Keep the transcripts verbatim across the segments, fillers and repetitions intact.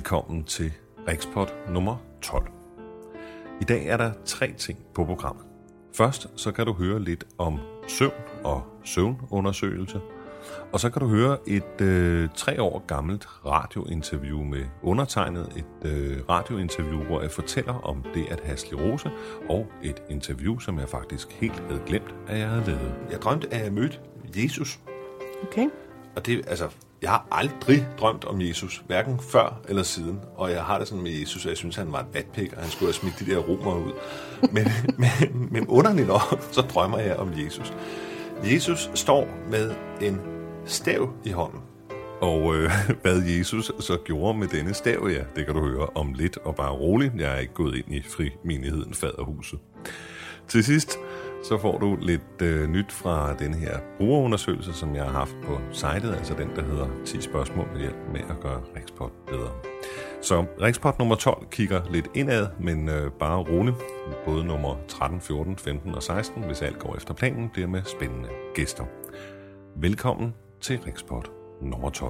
Velkommen til Rexpod nummer tolv. I dag er der tre ting på programmet. Først så kan du høre lidt om søvn og søvnundersøgelse. Og så kan du høre et øh, tre år gammelt radiointerview med undertegnet. Et øh, radiointerview, hvor jeg fortæller om det at have sklerose. Og et interview, som jeg faktisk helt havde glemt, at jeg havde lavet. Jeg drømte, at jeg mødte Jesus. Okay. Og det, altså, jeg har aldrig drømt om Jesus, hverken før eller siden. Og jeg har det sådan med Jesus, at jeg synes, han var en vatpik, og han skulle have smidt de der romere ud. Men, men, men underligt nok, så drømmer jeg om Jesus. Jesus står med en stav i hånden. Og øh, hvad Jesus så gjorde med denne stav, ja, det kan du høre om lidt, og bare roligt. Jeg er ikke gået ind i frimenigheden Faderhuset. Til sidst så får du lidt øh, nyt fra den her brugerundersøgelse, som jeg har haft på sitet, altså den, der hedder ti spørgsmål med hjælp med at gøre Rexpod bedre. Så Rexpod nummer tolv kigger lidt indad, men øh, bare roligt. Både nummer tretten, fjorten, femten og seksten, hvis alt går efter planen, bliver med spændende gæster. Velkommen til Rexpod nummer tolv.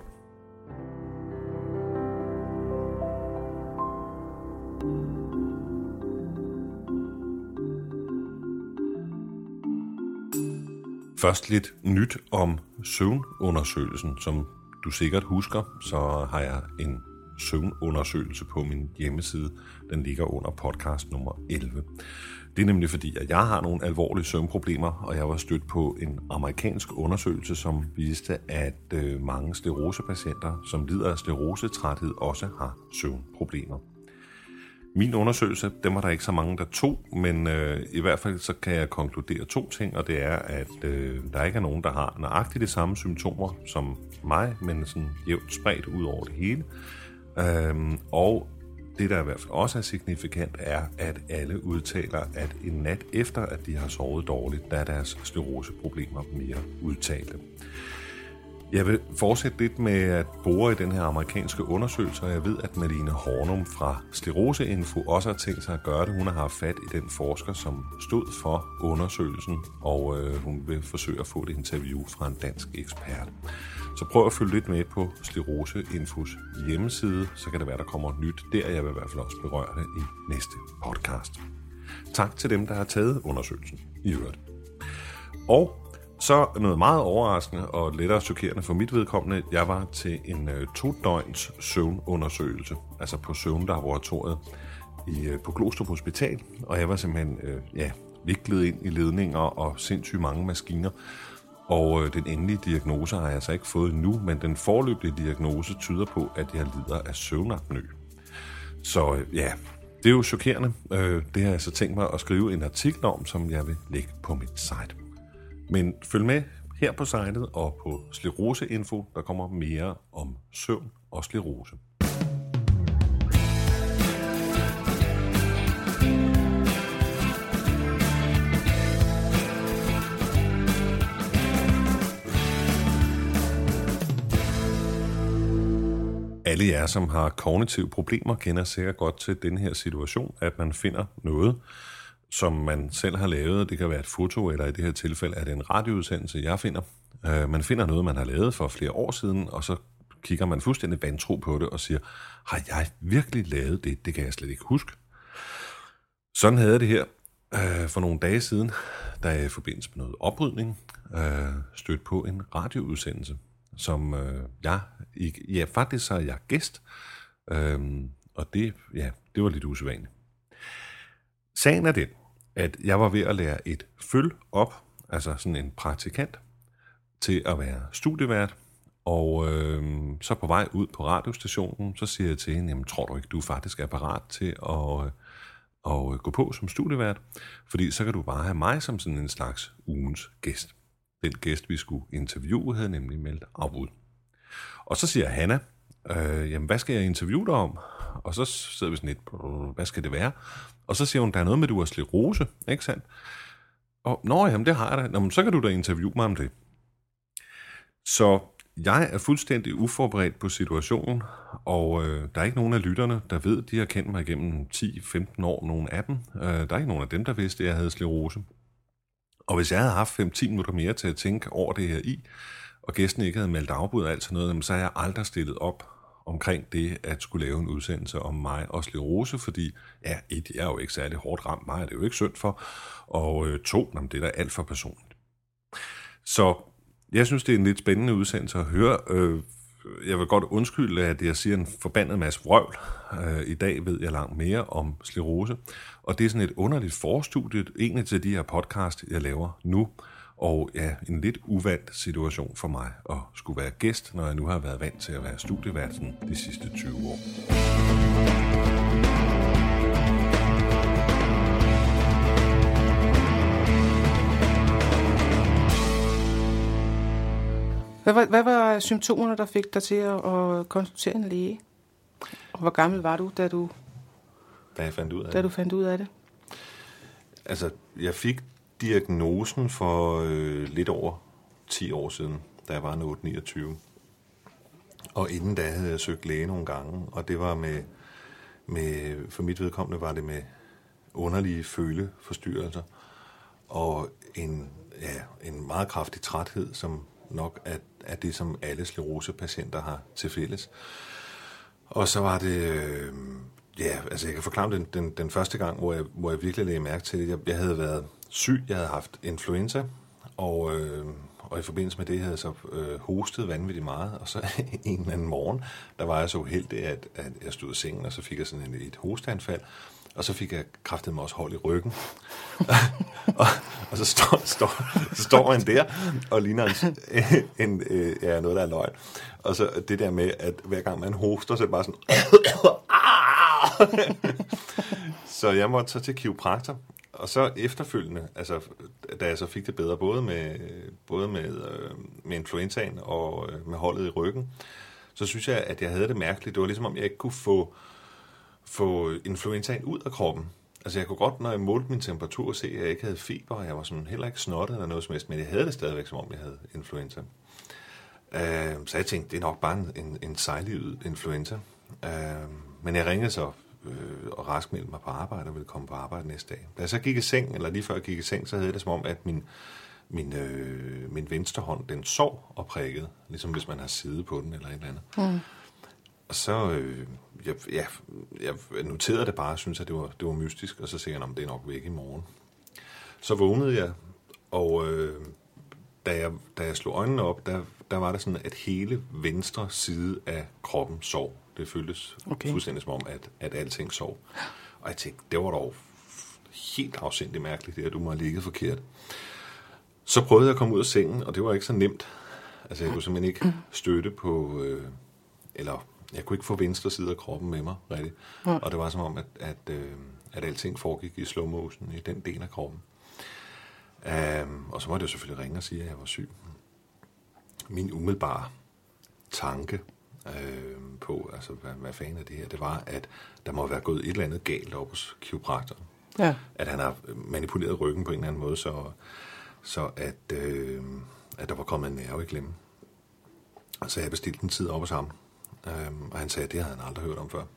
Først lidt nyt om søvnundersøgelsen. Som du sikkert husker, så har jeg en søvnundersøgelse på min hjemmeside. Den ligger under podcast nummer elleve. Det er nemlig fordi, at jeg har nogle alvorlige søvnproblemer, og jeg var stødt på en amerikansk undersøgelse, som viste, at øh, mange sklerosepatienter, som lider af sklerosetræthed, også har søvnproblemer. Min undersøgelse, dem var der ikke så mange, der tog, men øh, i hvert fald så kan jeg konkludere to ting, og det er, at øh, der ikke er nogen, der har nøjagtigt de samme symptomer som mig, men sådan jævnt spredt ud over det hele. Øhm, og det, der i hvert fald også er signifikant, er, at alle udtaler, at en nat efter, at de har sovet dårligt, der er deres skleroseproblemer mere udtalte. Jeg vil fortsætte lidt med at bore i den her amerikanske undersøgelse, og jeg ved, at Malene Hornum fra Skleroseinfo også har tænkt sig at gøre det. Hun har haft fat i den forsker, som stod for undersøgelsen, og øh, hun vil forsøge at få et interview fra en dansk ekspert. Så prøv at følge lidt med på Skleroseinfos hjemmeside, så kan det være, der kommer nyt der. Jeg vil i hvert fald også berøre det i næste podcast. Tak til dem, der har taget undersøgelsen i øvrigt. Og så noget meget overraskende og lettere chokerende for mit vedkommende. Jeg var til en øh, to-døgns søvnundersøgelse, altså på søvnlaboratoriet i, øh, på Glostrup Hospital. Og jeg var simpelthen øh, ja, viklet ind i ledninger og sindssygt mange maskiner. Og øh, den endelige diagnose har jeg altså ikke fået nu, men den foreløbige diagnose tyder på, at jeg lider af søvnapnø. Så øh, ja, det er jo chokerende. Øh, det har jeg så tænkt mig at skrive en artikel om, som jeg vil lægge på mit site. Men følg med her på sitet og på Skleroseinfo, der kommer mere om søvn og sklerose. Alle jer, som har kognitive problemer, kender sikkert godt til den her situation, at man finder noget, som man selv har lavet. Det kan være et foto, eller i det her tilfælde er det en radioudsendelse, jeg finder. Øh, man finder noget, man har lavet for flere år siden, og så kigger man fuldstændig vantro på det og siger, har jeg virkelig lavet det? Det kan jeg slet ikke huske. Sådan havde jeg det her øh, for nogle dage siden, da jeg i forbindelse med noget oprydning øh, stødte på en radioudsendelse, som øh, jeg, ja faktisk så er jeg gæst, øh, og det, ja, det var lidt usædvanligt. Sagen er den, at jeg var ved at lære et føl op, altså sådan en praktikant, til at være studievært, og øh, så på vej ud på radiostationen, så siger jeg til hende, jamen tror du ikke, du faktisk er parat til at, øh, at gå på som studievært, fordi så kan du bare have mig som sådan en slags ugens gæst. Den gæst, vi skulle interviewe, havde nemlig meldt afbud. Og så siger Hanna, øh, jamen hvad skal jeg interviewe dig om? Og så sidder vi sådan lidt, hvad skal det være? Og så siger hun, der er noget med, du har sklerose, ikke sandt? Og nå, jamen det har jeg da. Nå, men så kan du da interviewe mig om det. Så jeg er fuldstændig uforberedt på situationen, og øh, der er ikke nogen af lytterne, der ved, de har kendt mig igennem ti til femten år, nogle af dem. Øh, der er ikke nogen af dem, der vidste, at jeg havde sklerose. Og hvis jeg havde haft fem til ti minutter mere til at tænke over det her i, og gæsten ikke havde meldt afbud og alt sådan noget, så har jeg aldrig stillet op omkring det at skulle lave en udsendelse om mig og sklerose, fordi ja, et, jeg er jo ikke særlig hårdt ramt, mig er det jo ikke synd for, og øh, to, jamen, det er da alt for personligt. Så jeg synes, det er en lidt spændende udsendelse at høre. Øh, jeg vil godt undskylde, at jeg siger en forbandet masse vrøvl. Øh, I dag ved jeg langt mere om sklerose, og det er sådan et underligt forstudie, egentlig til de her podcast, jeg laver nu. Og ja, en lidt uvandt situation for mig at skulle være gæst, når jeg nu har været vant til at være studievært de sidste tyve år. Hvad var, hvad var symptomerne, der fik dig til at, at konsultere en læge? Og hvor gammel var du, da du, da jeg fandt ud af da det? du fandt ud af det? Altså, jeg fik diagnosen for øh, lidt over ti år siden, da jeg var otte niogtyve. Og inden da havde jeg søgt læge nogle gange, og det var med, med for mit vedkommende var det med underlige føleforstyrrelser, og en, ja, en meget kraftig træthed, som nok er, er det, som alle sklerosepatienter har til fælles. Og så var det, øh, ja, altså jeg kan forklare den, den, den første gang, hvor jeg, hvor jeg virkelig lagde mærke til det. Jeg, jeg havde været syg, jeg havde haft influenza, og, øh, og i forbindelse med det havde jeg så øh, hostet vanvittigt meget, og så en eller anden morgen, der var jeg så uheldig, at, at jeg stod i sengen, og så fik jeg sådan en, et hosteanfald, og så fik jeg kraftedeme også hold i ryggen. og, og så står, står, så står man der og ligner en, en, en, ja, noget, der er løgn. Og så det der med, at hver gang man hoster, så er det bare sådan... Så jeg måtte så til kiropraktor. Og så efterfølgende, altså, da jeg så fik det bedre, både med, både med, øh, med influenzaen og øh, med holdet i ryggen, så synes jeg, at jeg havde det mærkeligt. Det var ligesom, om jeg ikke kunne få... få influenzaen ud af kroppen. Altså jeg kunne godt, når jeg målte min temperatur, se, at jeg ikke havde feber, og jeg var sådan heller ikke snottet eller noget som helst, men jeg havde det stadigvæk, som om jeg havde influenza. Uh, så jeg tænkte, det er nok bare en, en, en sejlivet influenza. Uh, men jeg ringede så uh, og raskmeldte mig på arbejde og ville komme på arbejde næste dag. Da jeg så gik i seng, eller lige før jeg gik i seng, så havde det som om, at min, min, øh, min venstre hånd, den sov og prikkede, ligesom hvis man har siddet på den eller et eller andet. Mm. Og så, øh, jeg, ja, jeg noterede det bare, og syntes, at det var, det var mystisk, og så sagde jeg, at det er nok væk i morgen. Så vågnede jeg, og øh, da, jeg, da jeg slog øjnene op, der, der var det sådan, at hele venstre side af kroppen sov. Det føltes okay. fuldstændig som om, at, at alting sov. Og jeg tænkte, det var dog helt afsindigt mærkeligt, at du må have ligget forkert. Så prøvede jeg at komme ud af sengen, og det var ikke så nemt. Altså, jeg kunne simpelthen ikke støtte på, øh, eller... Jeg kunne ikke få venstre side af kroppen med mig, rigtigt. Ja. Og det var som om, at, at, øh, at alting foregik i slow motion i den del af kroppen. Um, og så måtte jeg selvfølgelig ringe og sige, at jeg var syg. Min umiddelbare tanke øh, på, altså hvad, hvad fanden er det her, det var, at der må være gået et eller andet galt op hos kiropraktoren. Ja. At han har manipuleret ryggen på en eller anden måde, så, så at, øh, at der var kommet en nerve i klemme. Og så jeg bestilte en tid op hos ham. Um, og han sagde, at det havde han aldrig hørt om før.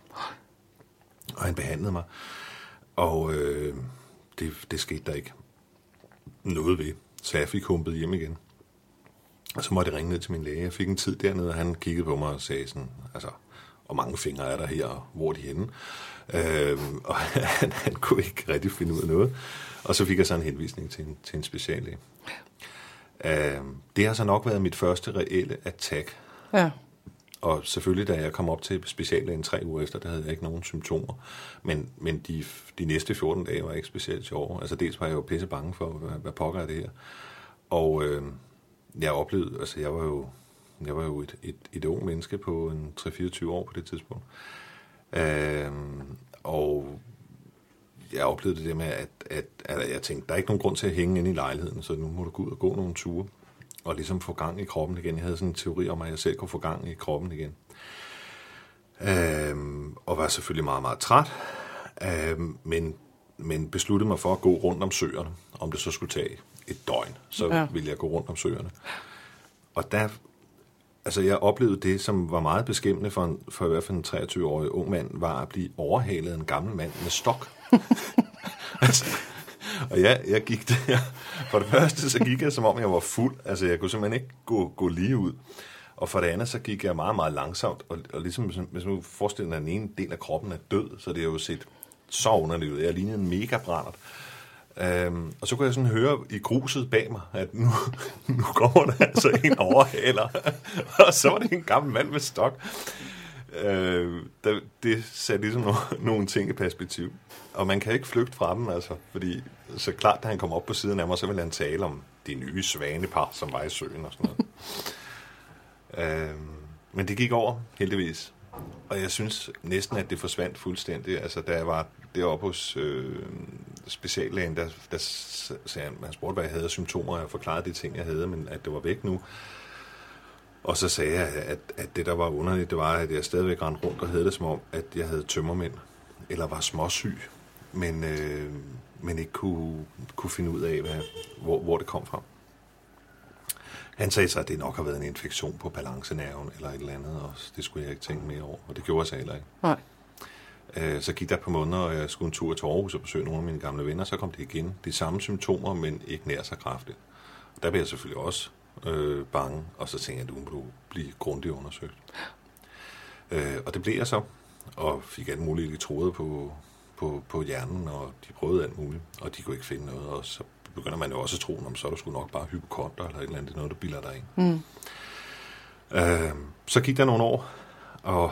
Og han behandlede mig. Og øh, det, det skete der ikke noget ved. Så jeg fik humpet hjem igen. Og så måtte jeg ringe ned til min læge. Jeg fik en tid dernede, og han kiggede på mig og sagde sådan, altså, hvor mange fingre er der her, og hvor er de henne? Um, og han, han kunne ikke rigtig finde ud af noget. Og så fik jeg så en henvisning til en, til en speciallæge. Um, det har så nok været mit første reelle attack. Ja. Og selvfølgelig, da jeg kom op til speciallægen tre uger efter, der havde jeg ikke nogen symptomer. Men, men de, de næste fjorten dage var ikke specielt sjove. Altså dels var jeg jo pisse bange for, hvad, hvad pokker er det her. Og øh, jeg oplevede, altså jeg var jo, jeg var jo et, et, et ung menneske på en tre fireogtyve år på det tidspunkt. Øh, og jeg oplevede det der med, at, at, at jeg tænkte, der er ikke nogen grund til at hænge inde i lejligheden, så nu må du gå ud og gå nogle ture. Og ligesom få gang i kroppen igen. Jeg havde sådan en teori om, at jeg selv kunne få gang i kroppen igen. Øhm, og var selvfølgelig meget, meget træt. Øhm, men, men besluttede mig for at gå rundt om søerne. Om det så skulle tage et døgn, så ja. ville jeg gå rundt om søerne. Og der, altså jeg oplevede det, som var meget beskæmmende for, en, for i hvert fald en treogtyve-årig ung mand, var at blive overhalet af en gammel mand med stok. altså, Og ja, jeg gik der. For det første, så gik jeg, som om jeg var fuld. Altså, jeg kunne simpelthen ikke gå, gå lige ud. Og for det andet, så gik jeg meget, meget langsomt, og, og ligesom, hvis man forestiller sig, at den ene del af kroppen er død, så det er jo set så underligt ud. Jeg lignede en mega brændert. Øhm, og så kunne jeg sådan høre i gruset bag mig, at nu, nu kommer der altså en overhaler. Og så var det en gammel mand med stok. Øh, der, det satte ligesom nogle, nogle ting i perspektiv. Og man kan ikke flygte fra dem, altså, fordi så klart, da han kom op på siden af mig, så ville han tale om de nye svanepar, som var i søen og sådan noget. øh, men det gik over, heldigvis. Og jeg synes næsten, at det forsvandt fuldstændig. Altså, da jeg var deroppe hos øh, speciallægen, der, der sagde han, han spurgte, hvad jeg havde af symptomer, og jeg forklarede de ting, jeg havde, men at det var væk nu. Og så sagde jeg, at, at det, der var underligt, det var, at jeg stadigvæk rendte rundt og havde det som om, at jeg havde tømmermænd, eller var småsyg, men, øh, men ikke kunne, kunne finde ud af, hvad, hvor, hvor det kom fra. Han sagde så, at det nok har været en infektion på balancenerven eller et eller andet, og det skulle jeg ikke tænke mere over, og det gjorde jeg så heller ikke. Nej. Øh, så gik der et par måneder, og jeg skulle en tur til Aarhus og besøge nogle af mine gamle venner, så kom det igen. De samme symptomer, men ikke nær så kraftigt. Og der blev jeg selvfølgelig også øh, bange, og så tænkte jeg, at du må blive grundigt undersøgt. Øh, og det blev jeg så, og fik alt muligt elektroder på, på, på hjernen, og de prøvede alt muligt, og de kunne ikke finde noget, og så begynder man jo også at tro, om så er du sgu nok bare hypokonter, eller et eller andet, det er noget, du bilder dig ind. Mm. Øh, så gik der nogle år, og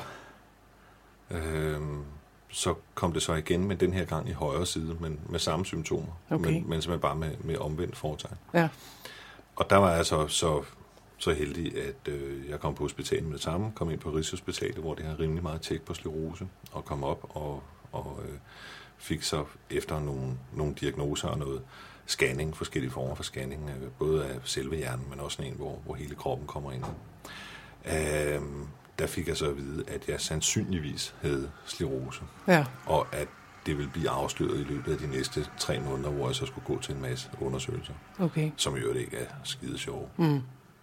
øh, så kom det så igen, men den her gang i højre side, men med samme symptomer, okay. men, men simpelthen bare med, med omvendt fortegn. Ja. Og der var jeg så, så, så heldig, at øh, jeg kom på hospitalet med det samme, kom ind på Rigshospitalet, hvor det har rimelig meget tjek på sklerose, og kom op og, og øh, fik så efter nogle, nogle diagnoser og noget scanning, forskellige former for scanning, øh, både af selve hjernen, men også en, hvor, hvor hele kroppen kommer ind. Øh, der fik jeg så at vide, at jeg sandsynligvis havde sklerose, ja. og at det ville blive afsløret i løbet af de næste tre måneder, hvor jeg så skulle gå til en masse undersøgelser, okay. som jo ikke er skide sjove. Mm.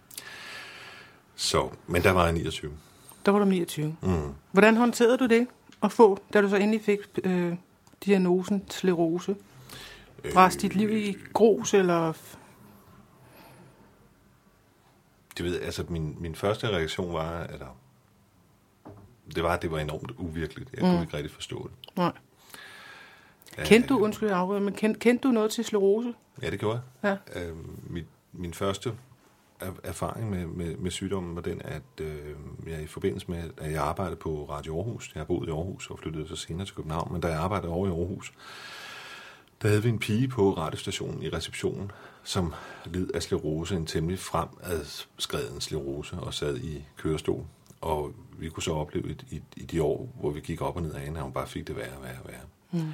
Så, men der var jeg niogtyve. Der var du niogtyve. Mm. Hvordan håndterede du det at få, da du så endelig fik øh, diagnosen sklerose? Brast dit liv i grus, eller? Det ved, altså min, min første reaktion var, at der, det var, at det var enormt uvirkeligt. Jeg mm. kunne ikke rigtig forstå det. Nej. Kendte du, undskyld jeg afbryder, men kendte, kendte du noget til sklerose? Ja, det gjorde jeg. Ja. Øh, min, min første erfaring med, med, med sygdommen var den, at øh, jeg i forbindelse med, at jeg arbejdede på Radio Aarhus, jeg har boet i Aarhus og flyttede så senere til København, men da jeg arbejdede over i Aarhus, der havde vi en pige på radiostationen i receptionen, som led af sklerose, en temmelig fremadskreden sklerose, og sad i kørestol. Og vi kunne så opleve i, i, i de år, hvor vi gik op og ned af hende, at hun bare fik det værre og værre og værre. Mm.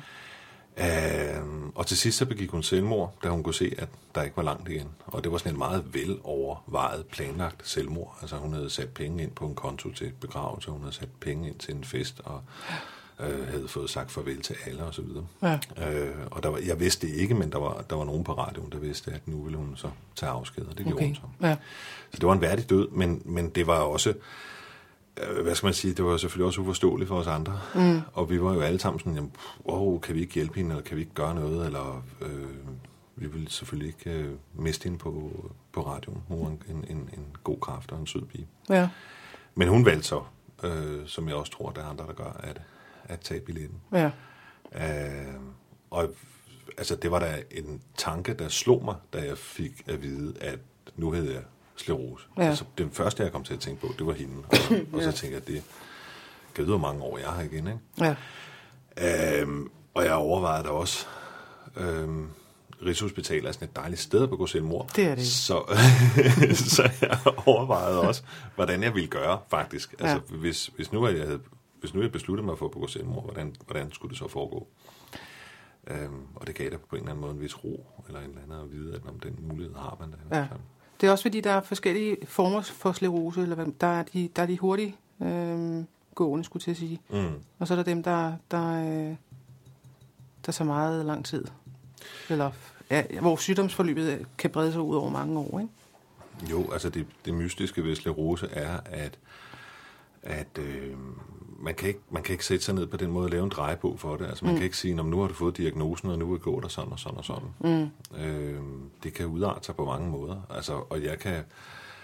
Uh, og til sidst så begik hun selvmord, da hun kunne se, at der ikke var langt igen. Og det var sådan et meget velovervejet, planlagt selvmord. Altså hun havde sat penge ind på en konto til begravelse, hun havde sat penge ind til en fest, og øh, havde fået sagt farvel til alle og så videre. Ja. Uh, og der var, jeg vidste det ikke, men der var, der var nogen på radioen, der vidste, at nu ville hun så tage afsked, og det gjorde okay. hun så. Ja. Så det var en værdig død, men, men det var også, hvad skal man sige, det var selvfølgelig også uforståeligt for os andre. Mm. Og vi var jo alle sammen sådan, jamen, wow, kan vi ikke hjælpe hende, eller kan vi ikke gøre noget, eller øh, vi ville selvfølgelig ikke øh, miste hende på, på radioen. Hun var en, en, en god kraft og en sød pige. Ja. Men hun valgte så, øh, som jeg også tror, der er andre, der gør, at, at tage billetten. Ja. Øh, og altså, det var da en tanke, der slog mig, da jeg fik at vide, at nu hed jeg sklerose. Ja. Altså, den første, jeg kom til at tænke på, det var hende. Og, ja. og så tænkte jeg, at det kan vide, hvor mange år jeg har igen. Ikke? Ja. Øhm, og jeg overvejede da også, øhm, Rigshospitalet er sådan et dejligt sted at begå selvmord. Det er det. Så, så jeg overvejede også, hvordan jeg ville gøre, faktisk. Altså, ja. hvis, hvis, nu jeg havde, hvis nu jeg besluttede mig for at begå selvmord, hvordan, hvordan skulle det så foregå? Øhm, og det gav der på en eller anden måde en vis ro, eller en eller anden at vide, at om den mulighed har man da. Ja. Det er også fordi, der er forskellige former for sklerose, eller hvad, der, er de, der er de hurtige øh, gående, skulle til at sige. Mm. Og så er der dem, der, der, øh, der tager meget lang tid. Eller ja, hvor sygdomsforløbet kan brede sig ud over mange år, ikke? Jo, altså det, det mystiske ved sklerose er, at, at øh, man, kan ikke, man kan ikke sætte sig ned på den måde og lave en drejebog for det. Altså man mm. kan ikke sige, nu har du fået diagnosen, og nu er det gået og sådan og sådan og sådan. Mm. Øh, det kan udarte sig på mange måder. Altså, og jeg kan,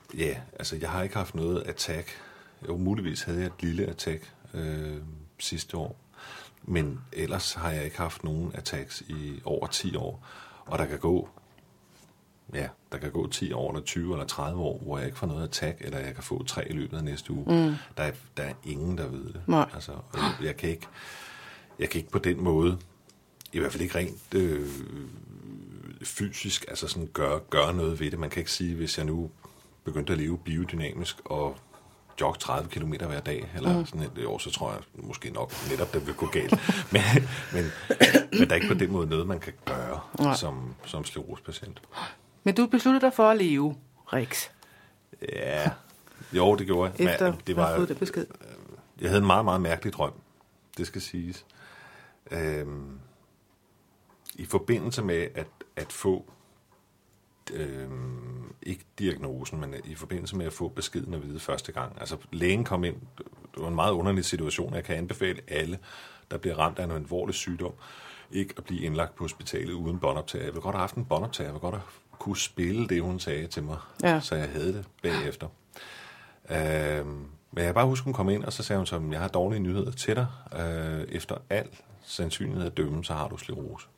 Ja, altså jeg har ikke haft noget attack. Jo, muligvis havde jeg et lille attack øh, sidste år. Men ellers har jeg ikke haft nogen attacks i over ti år. Og der kan gå, ja, der kan gå ti år, eller tyve eller tredive år, hvor jeg ikke får noget attack, eller jeg kan få tre i løbet af næste uge. Mm. Der, er, der er ingen, der ved det. Nej. Altså, jeg, jeg, kan ikke, jeg kan ikke på den måde, i hvert fald ikke rent øh, fysisk, altså sådan gøre, gøre noget ved det. Man kan ikke sige, hvis jeg nu begyndte at leve biodynamisk og jogge tredive kilometer hver dag, eller mm. sådan et år, så tror jeg måske nok netop, det vil gå galt. men, men, men der er ikke på den måde noget, man kan gøre som, som sklerosepatient. Men du besluttede dig for at leve, Rex. Ja, jo, det gjorde jeg. Efter men, det var, at have fået det besked. Jeg havde en meget, meget mærkelig drøm, det skal siges. Øhm, I forbindelse med at, at få Øhm, ikke diagnosen, men i forbindelse med at få beskeden at vide første gang. Altså lægen kom ind, det var en meget underlig situation, jeg kan anbefale alle, der bliver ramt af en alvorlig sygdom, ikke at blive indlagt på hospitalet uden båndoptager. Jeg ville godt have haft en båndoptager, jeg ville godt have kunne spille det, hun sagde til mig, ja. Så jeg havde det bagefter. Øhm, men jeg bare husker, hun kom ind, og så sagde hun så, jeg har dårlige nyheder til dig. Øh, efter al sandsynlighed at dømme, så har du sklerose.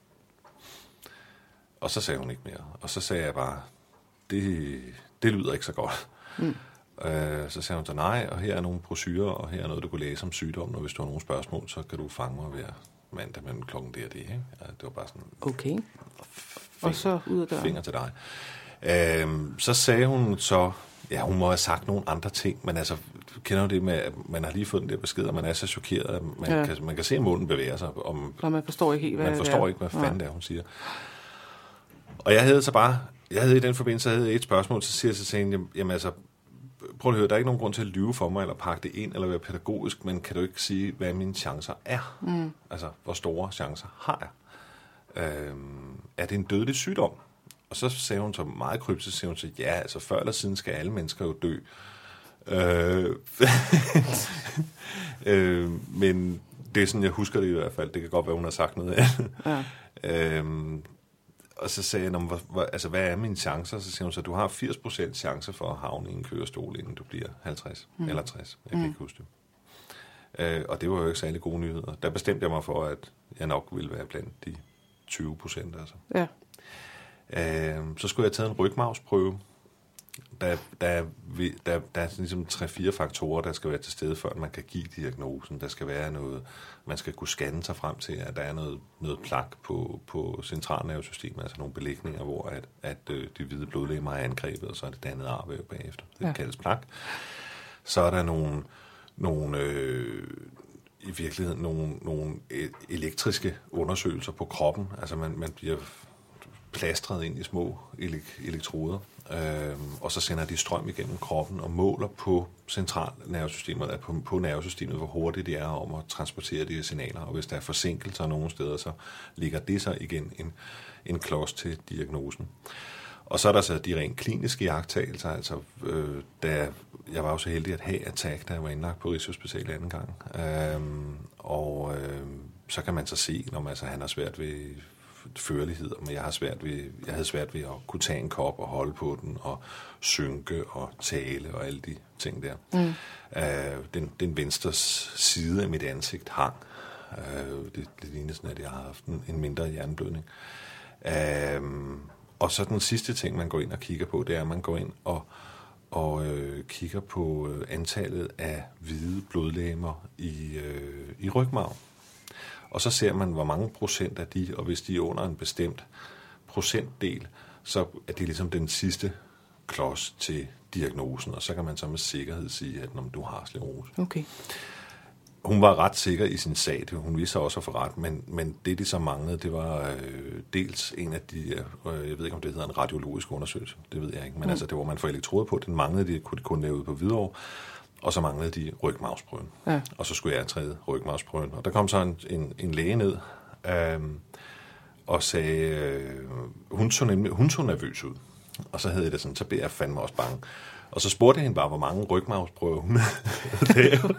Og så sagde hun ikke mere. Og så sagde jeg bare, det, det lyder ikke så godt. Mm. Øh, så sagde hun så, nej, og her er nogle brochurer, og her er noget, du kan læse om sygdommen, og hvis du har nogle spørgsmål, så kan du fange mig hver mandag mellem klokken det og det. Ikke? Ja, det var bare sådan... Okay. Finger, og så ud af døren. Finger til dig. Øh, så sagde hun så, ja, hun må have sagt nogle andre ting, men altså, kender du det med, at man har lige fået den der besked, og man er så chokeret, at man, ja. kan, man kan se, at munden bevæger sig. Om, og man forstår ikke helt, hvad man det forstår er. ikke, hvad fanden det er, hun siger. Og jeg havde så bare, jeg havde i den forbindelse havde et spørgsmål, så siger jeg til hende, jamen altså, prøv at høre, der er ikke nogen grund til at lyve for mig, eller pakke det ind, eller være pædagogisk, men kan du ikke sige, hvad mine chancer er? Mm. Altså, hvor store chancer har jeg? Øhm, er det en dødelig sygdom? Og så sagde hun så meget kryptisk, sagde hun så, ja, altså før eller siden skal alle mennesker jo dø. Øh, øh, men det er sådan, jeg husker det i hvert fald, det kan godt være, hun har sagt noget af det. Ja. øhm, Og så sagde jeg, hvor, hvor, altså, hvad er mine chancer? Så siger hun så, du har firs procent chance for at havne i en kørestol, inden du bliver halvtreds mm. eller tres. Jeg kan mm. ikke huske det. Øh, og det var jo ikke særlig gode nyheder. Der bestemte jeg mig for, at jeg nok ville være blandt de tyve procent. Altså. Ja. Øh, så skulle jeg have taget en rygmarvsprøve. Der, der, der, der, der er ligesom tre-fire faktorer, der skal være til stede, før man kan give diagnosen. Der skal være noget, man skal kunne scanne sig frem til, at der er noget, noget plak på, på centralnervesystemet, altså nogle belægninger, hvor at, at de hvide blodlegemer er angrebet, og så er det dannet arvæv bagefter. Det ja. kaldes plak. Så er der nogle, nogle øh, i virkeligheden nogle, nogle elektriske undersøgelser på kroppen. Altså man, man bliver plastret ind i små elektroder, øhm, og så sender de strøm igennem kroppen og måler på centralnervesystemet, på, på nervesystemet, hvor hurtigt det er om at transportere de her signaler, og hvis der er forsinkelser nogle steder, så ligger det så igen en, en klods til diagnosen. Og så er der så de rent kliniske iagttagelser, altså øh, da jeg var jo så heldig at have attack, da jeg var indlagt på Rigshospitalet anden gang, øhm, og øh, så kan man så se, når man, altså, han har svært ved førlighed, men jeg har svært ved, jeg havde svært ved at kunne tage en kop og holde på den, og synke og tale og alle de ting der. Mm. Øh, den, den venstre side af mit ansigt hang. Øh, det, det ligner sådan, at jeg har haft en, en mindre hjerneblødning. Øh, og så den sidste ting, man går ind og kigger på, det er, at man går ind og, og øh, kigger på antallet af hvide blodlegemer i, øh, i rygmarv. Og så ser man, hvor mange procent af de, og hvis de er under en bestemt procentdel, så er det ligesom den sidste klods til diagnosen, og så kan man så med sikkerhed sige, at du har sklerose. Okay. Hun var ret sikker i sin sag, hun viste også at få ret, men, men det, de så manglede, det var øh, dels en af de, øh, jeg ved ikke, om det hedder en radiologisk undersøgelse, det ved jeg ikke, men mm. altså det, hvor man får elektroder på, den manglede de, kunne de kun lave ud på Hvidovre, og så manglede de rygmarvsprøven. Ja. Og så skulle jeg træde rygmarvsprøven. Og der kom så en, en, en læge ned øh, og sagde, øh, hun, så nemlig, hun så nervøs ud. Og så havde det sådan, så blev jeg fandme også bange. Og så spurgte jeg hende bare, hvor mange rygmarvsprøver hun havde lavet.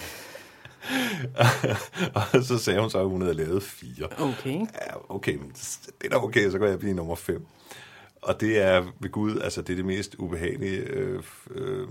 Og så sagde hun så, at hun havde lavet fire. Okay. Ja, okay, det er da okay, så går jeg blive nummer fem. og det er ved Gud, altså det er det mest ubehagelige. Øh, øh,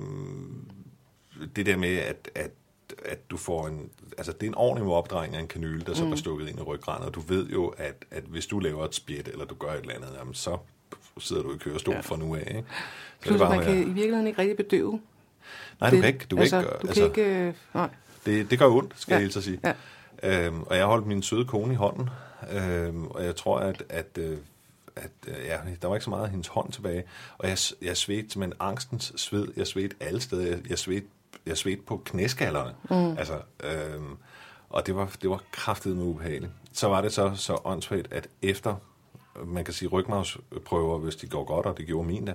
det der med, at, at, at du får en... Altså det er en ordentlig opdrejning af en kanyle, der så mm. er stukket ind i ryggraden, og du ved jo, at, at hvis du laver et spjæt, eller du gør et eller andet, jamen, så sidder du i kørestol ja. fra nu af. Ikke? Så Plus, man kan i virkeligheden ikke rigtig bedøve. Nej, du kan ikke. Du kan altså, ikke, du altså, kan ikke øh, nej. Det, det gør ondt, skal ja. jeg helt sige. Ja. Øhm, og jeg holdt min søde kone i hånden, øhm, og jeg tror, at, at, øh, at øh, ja, der var ikke så meget af hendes hånd tilbage. Og jeg, jeg svedte som en angstens sved. Jeg svedte alle steder. Jeg, jeg svedte jeg svedte på knæskallerne. Mm. Altså, øhm, og det var, det var kraftedeme ubehageligt. Så var det så, så åndssvagt, at efter, man kan sige rygmarvsprøver, hvis de går godt, og det gjorde min da,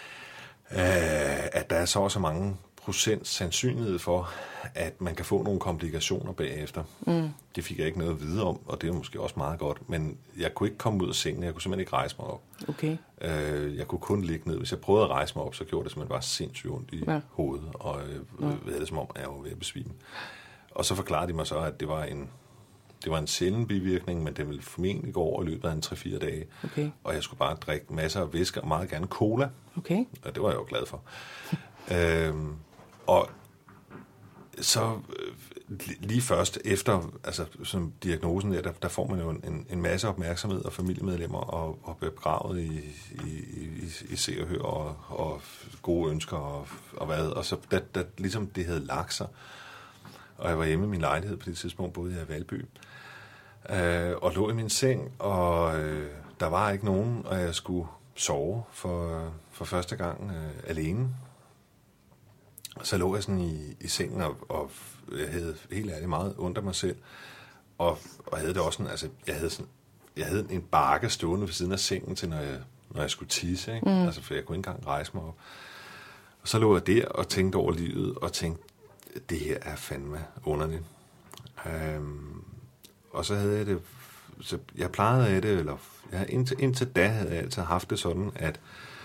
øh, at der er så også mange procent sandsynlighed for, at man kan få nogle komplikationer bagefter. Mm. Det fik jeg ikke noget at vide om, og det er måske også meget godt, men jeg kunne ikke komme ud af sengen, jeg kunne simpelthen ikke rejse mig op. Okay. Øh, jeg kunne kun ligge ned. Hvis jeg prøvede at rejse mig op, så gjorde det simpelthen bare sindssygt ondt i ja. hovedet, og øh, ja. ved det som om, jeg var ved at besvime. Og så forklarede de mig så, at det var en det var en sjælden bivirkning, men det ville formentlig gå over i løbet af en tre fire dage. Okay. Og jeg skulle bare drikke masser af væske, og meget gerne cola. Okay. Og det var jeg jo glad for. øhm, og så lige først efter altså, som diagnosen der, der, der får man jo en, en masse opmærksomhed og familiemedlemmer og, og begravet i, i, i, i se og hør og, og gode ønsker og, og hvad. Og så da, da ligesom det havde lagt sig, og jeg var hjemme i min lejlighed på det tidspunkt, boede jeg i Valby, øh, og lå i min seng, og øh, der var ikke nogen, og jeg skulle sove for, for første gang øh, alene. Så lå jeg sådan i, i sengen, og, og jeg havde helt ærligt meget ondt af mig selv, og, og havde det også sådan, altså jeg havde sådan, jeg havde en bakke stående ved siden af sengen til, når jeg, når jeg skulle tisse, ikke? Mm. Altså for jeg kunne ikke engang rejse mig op. Og så lå jeg der og tænkte over livet, og tænkte, det her er fandme underligt. Øhm, og så havde jeg det, så jeg plejede af det, eller ja, indtil, indtil da havde jeg altid haft det sådan, at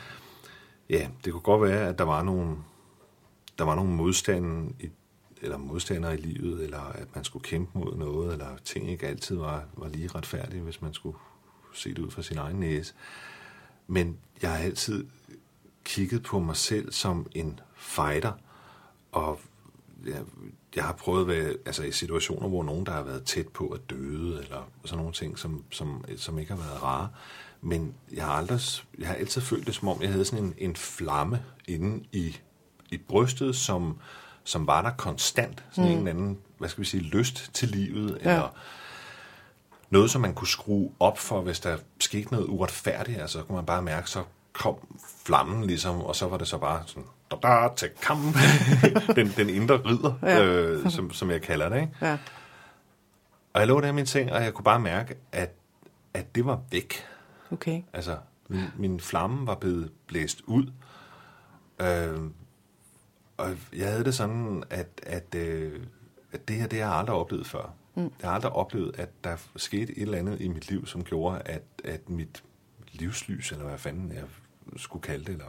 ja, det kunne godt være, at der var nogle, der var nogle modstande i, eller modstandere i livet, eller at man skulle kæmpe mod noget, eller ting ikke altid var, var lige retfærdige, hvis man skulle se det ud fra sin egen næse. Men jeg har altid kigget på mig selv som en fighter, og jeg, jeg har prøvet at være altså i situationer, hvor nogen, der har været tæt på at døde, eller sådan nogle ting, som, som, som ikke har været rare. Men jeg har, aldrig, jeg har altid følt det, som om jeg havde sådan en, en flamme inde i, i brystet, som, som var der konstant. Sådan mm. en eller anden, hvad skal vi sige, lyst til livet, ja. Eller noget, som man kunne skrue op for, hvis der skete noget uretfærdigt. Altså, så kunne man bare mærke, så kom flammen ligesom, og så var det så bare sådan, da til kamp. den, den indre ridder, ja. øh, som, som jeg kalder det. Ikke? Ja. Og jeg lå der i min seng, og jeg kunne bare mærke, at, at det var væk. Okay. Altså, min, min flamme var blevet blæst ud. Øh, og jeg havde det sådan, at, at, øh, at det her, det har jeg aldrig oplevet før. Mm. Jeg har aldrig oplevet, at der skete et eller andet i mit liv, som gjorde, at, at mit livslys, eller hvad fanden jeg skulle kalde det, eller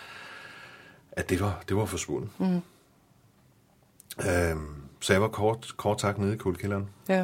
at det var, det var forsvundet. Mm. Øhm, så jeg var kort, kort sagt nede i kuldekælderen. Ja.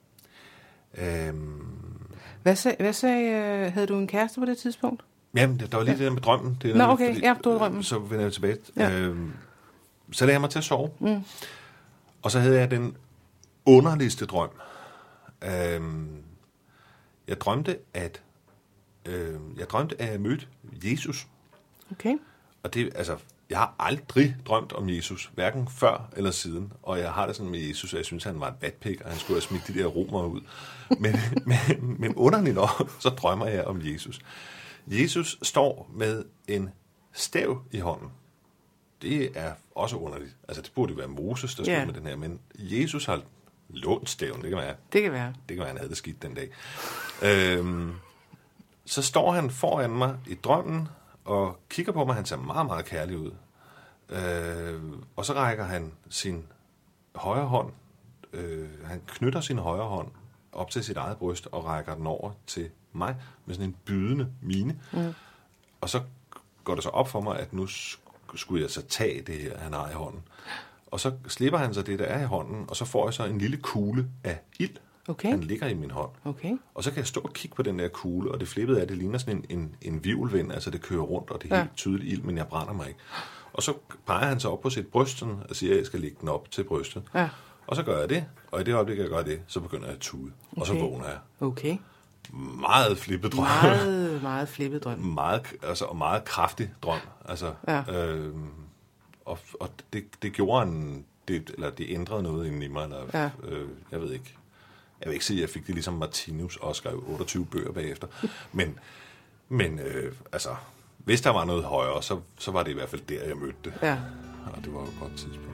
Øhm, hvad sagde, hvad sagde, havde du en kæreste på det tidspunkt? Jamen, der var lige ja. det der med drømmen. Det Nå, okay, fordi, ja, du havde drømmen. Så vender jeg tilbage. Ja. Øhm, så lagde jeg mig til at sove. Mm. Og så havde jeg den underligste drøm. Øhm, jeg drømte, at øh, jeg drømte, at jeg mødte Jesus. Okay. Og det, altså, jeg har aldrig drømt om Jesus, hverken før eller siden. Og jeg har det sådan med Jesus, at jeg synes, at han var et vatpik, og han skulle have smidt de der romere ud. Men, men, men underligt nok, så drømmer jeg om Jesus. Jesus står med en stav i hånden. Det er også underligt. Altså, det burde være Moses, der stod yeah. med den her, men Jesus har lånt staven. Det kan være. Det kan være. Det kan være, han havde det skidt den dag. Øhm, så står han foran mig i drømmen, og kigger på mig. Han ser meget, meget kærlig ud. Øh, og så rækker han sin højre hånd, øh, han knytter sin højre hånd op til sit eget bryst, og rækker den over til mig, med sådan en bydende mine. Mm. Og så går det så op for mig, at nu skulle jeg så tage det her, han har i hånden. Og så slipper han så det, der er i hånden, og så får jeg så en lille kugle af ild Okay. Han ligger i min hånd. Okay. Og så kan jeg stå og kigge på den der kugle, og det flippede af, det ligner sådan en, en, en hvirvelvind, altså det kører rundt, og det er ja. helt tydeligt ild, men jeg brænder mig ikke. Og så peger han sig op på sit bryst sådan, og siger, at jeg skal lægge den op til brystet. Ja. Og så gør jeg det, og i det øjeblik, jeg gør det, så begynder jeg at tude. Okay. Og så vågner jeg. Okay. Meget flippet drøm. Meget, meget flippet drøm. meget, altså, og meget kraftig drøm. Altså, ja. øh, og og det, det gjorde en, det, eller det ændrede noget inden i mig. Eller, ja. øh, jeg ved ikke. Jeg vil ikke sige, at jeg fik det ligesom Martinus og skrev otteogtyve bøger bagefter. Men, men øh, altså, hvis der var noget højere, så, så var det i hvert fald der, jeg mødte det. Ja. Og det var jo et godt tidspunkt.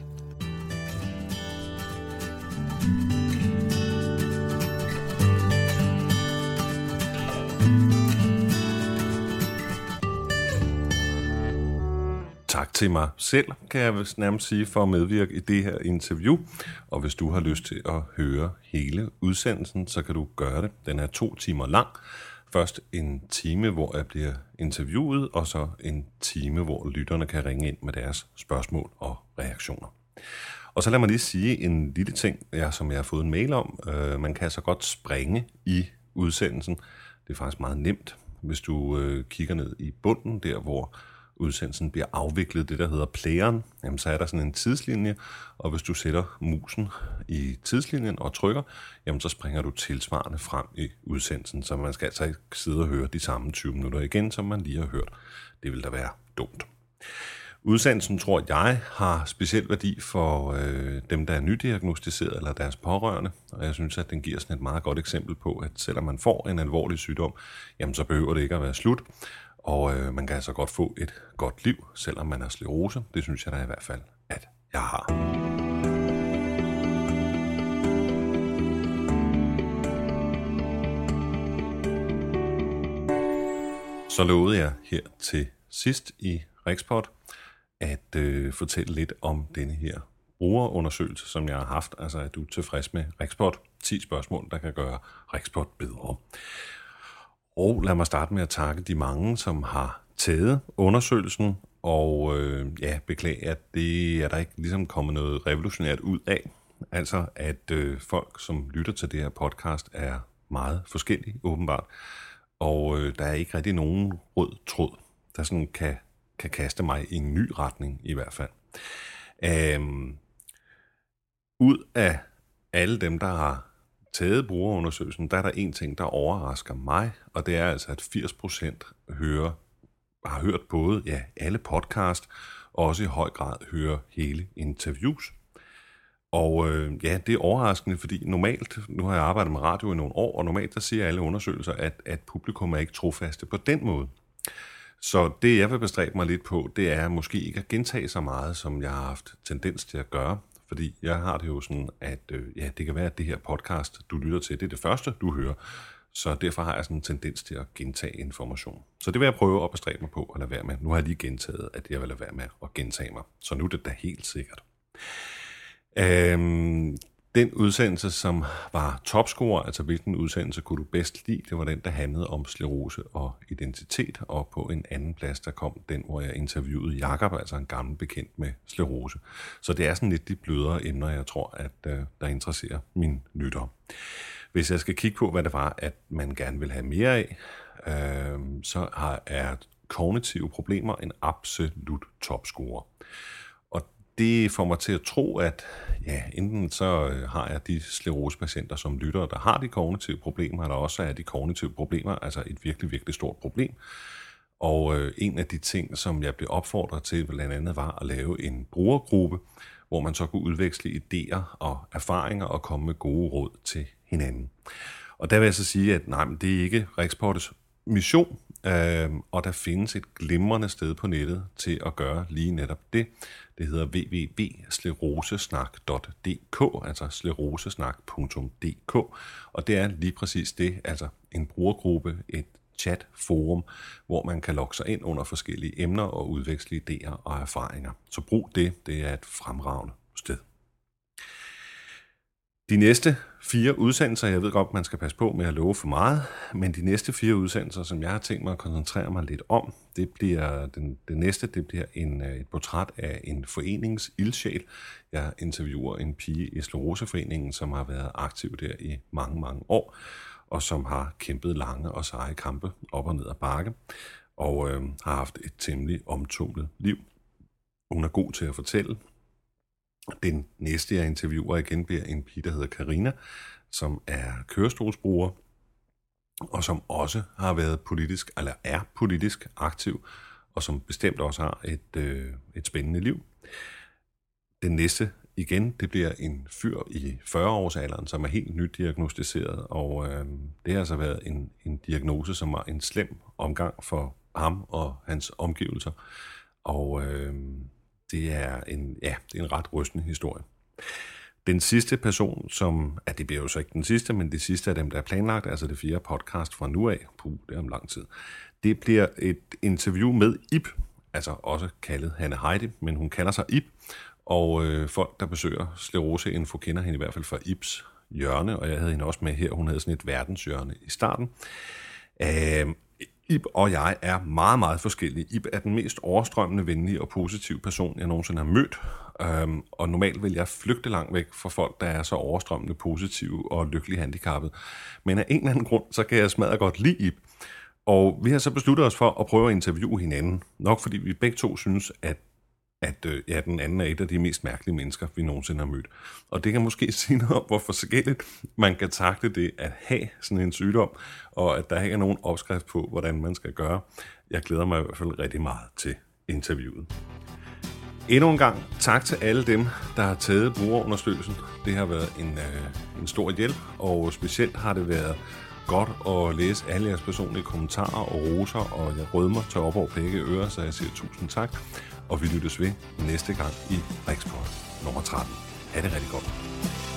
Tak til mig selv, kan jeg vist nærmest sige, for at medvirke i det her interview. Og hvis du har lyst til at høre hele udsendelsen, så kan du gøre det. Den er to timer lang. Først en time, hvor jeg bliver interviewet, og så en time, hvor lytterne kan ringe ind med deres spørgsmål og reaktioner. Og så lad mig lige sige en lille ting, som jeg har fået en mail om. Man kan så godt springe i udsendelsen. Det er faktisk meget nemt, hvis du kigger ned i bunden, der hvor udsendelsen bliver afviklet, det der hedder playeren, jamen så er der sådan en tidslinje, og hvis du sætter musen i tidslinjen og trykker, jamen så springer du tilsvarende frem i udsendelsen, så man skal altså ikke sidde og høre de samme tyve minutter igen, som man lige har hørt. Det vil da være dumt. Udsendelsen, tror jeg, har speciel værdi for øh, dem, der er nydiagnostiseret eller deres pårørende, og jeg synes, at den giver sådan et meget godt eksempel på, at selvom man får en alvorlig sygdom, jamen så behøver det ikke at være slut. Og øh, man kan altså godt få et godt liv, selvom man har sklerose. Det synes jeg da i hvert fald, at jeg har. Så lovede jeg her til sidst i Rexpod at øh, fortælle lidt om denne her brugerundersøgelse, som jeg har haft. Altså, er du tilfreds med Rexpod? ti spørgsmål, der kan gøre Rexpod bedre. Og lad mig starte med at takke de mange, som har taget undersøgelsen, og øh, ja, beklage, at det er der ikke ligesom kommet noget revolutionært ud af. Altså, at øh, folk, som lytter til det her podcast, er meget forskellige, åbenbart. Og øh, der er ikke rigtig nogen rød tråd, der sådan kan, kan kaste mig i en ny retning, i hvert fald. Øhm, ud af alle dem, der har taget brugerundersøgelsen, der er der en ting, der overrasker mig, og det er altså, at firs procent hører, har hørt både ja, alle podcast, og også i høj grad hører hele interviews. Og øh, ja, det er overraskende, fordi normalt, nu har jeg arbejdet med radio i nogle år, og normalt der siger alle undersøgelser, at, at publikum er ikke trofaste på den måde. Så det, jeg vil bestræbe mig lidt på, det er måske ikke at gentage så meget, som jeg har haft tendens til at gøre. Fordi jeg har det jo sådan, at øh, ja, det kan være, at det her podcast, du lytter til, det er det første, du hører. Så derfor har jeg sådan en tendens til at gentage information. Så det vil jeg prøve at bestræbe mig på at lade være med. Nu har jeg lige gentaget, at jeg vil lade være med at gentage mig. Så nu er det da helt sikkert. Øhm, den udsendelse, som var topscorer, altså hvilken udsendelse kunne du bedst lide, det var den, der handlede om sklerose og identitet. Og på en anden plads, der kom den, hvor jeg interviewede Jakob, altså en gammel bekendt med sklerose. Så det er sådan lidt de blødere emner, jeg tror, at øh, der interesserer mine lyttere. Hvis jeg skal kigge på, hvad det var, at man gerne vil have mere af, øh, så har, er kognitive problemer en absolut topscorer. Og det får mig til at tro, at ja, enten så har jeg de sklerosepatienter som lyttere, der har de kognitive problemer, eller også er de kognitive problemer altså et virkelig, virkelig stort problem. Og øh, en af de ting, som jeg blev opfordret til, blandt andet var at lave en brugergruppe, hvor man så kunne udveksle idéer og erfaringer og komme med gode råd til hinanden. Og der vil jeg så sige, at nej, men det er ikke Rexpods mission, øh, og der findes et glimrende sted på nettet til at gøre lige netop det. Det hedder w w w punktum sklerosesnak punktum d k, altså sklerosesnak punktum d k, og det er lige præcis det, altså en brugergruppe, et chatforum, hvor man kan logge sig ind under forskellige emner og udveksle idéer og erfaringer. Så brug det, det er et fremragende sted. De næste fire udsendelser, jeg ved godt, man skal passe på med at love for meget, men de næste fire udsendelser, som jeg har tænkt mig at koncentrere mig lidt om, det bliver den, det næste, det bliver en, et portræt af en forenings ildsjæl. Jeg interviewer en pige i Scleroseforeningen, som har været aktiv der i mange, mange år, og som har kæmpet lange og seje kampe op og ned ad bakke, og øh, har haft et temmelig omtumlet liv. Hun er god til at fortælle. Den næste, jeg interviewer igen, bliver en pige, der hedder Karina, som er kørestolsbruger, og som også har været politisk, eller er politisk aktiv, og som bestemt også har et, øh, et spændende liv. Den næste igen, det bliver en fyr i fyrre-årsalderen, som er helt nyt diagnostiseret, og øh, det har altså været en, en diagnose, som var en slem omgang for ham og hans omgivelser, og øh, det er en, ja, det er en ret rystende historie. Den sidste person, som, ja, det bliver jo så ikke den sidste, men det sidste af dem, der er planlagt, altså det fjerde podcast fra nu af, puh, det er om lang tid, det bliver et interview med Ib, altså også kaldet Hanne Heidi, men hun kalder sig Ib, og øh, folk, der besøger Scleroseinfo, kender hende i hvert fald fra Ibs hjørne, og jeg havde hende også med her, hun havde sådan et verdenshjørne i starten. Øh, Ib og jeg er meget, meget forskellige. Ib er den mest overstrømmende, venlige og positive person, jeg nogensinde har mødt. Øhm, og normalt vil jeg flygte langt væk fra folk, der er så overstrømmende, positive og lykkelig handicappet. Men af en eller anden grund, så kan jeg smadre godt lide Ib. Og vi har så besluttet os for at prøve at interviewe hinanden. Nok fordi vi begge to synes, at at øh, ja, den anden er et af de mest mærkelige mennesker, vi nogensinde har mødt. Og det kan måske sige noget om, hvor forskelligt man kan takle det at have sådan en sygdom, og at der ikke er nogen opskrift på, hvordan man skal gøre. Jeg glæder mig i hvert fald rigtig meget til interviewet. Endnu en gang tak til alle dem, der har taget brugerunderstøttelsen. Det har været en, øh, en stor hjælp, og specielt har det været godt at læse alle jeres personlige kommentarer og roser, og jeg rødmer tør op over begge ører, så jeg siger tusind tak. Og vi lyttes ved næste gang i Rikspod nummer tretten. Ha' det rigtig godt.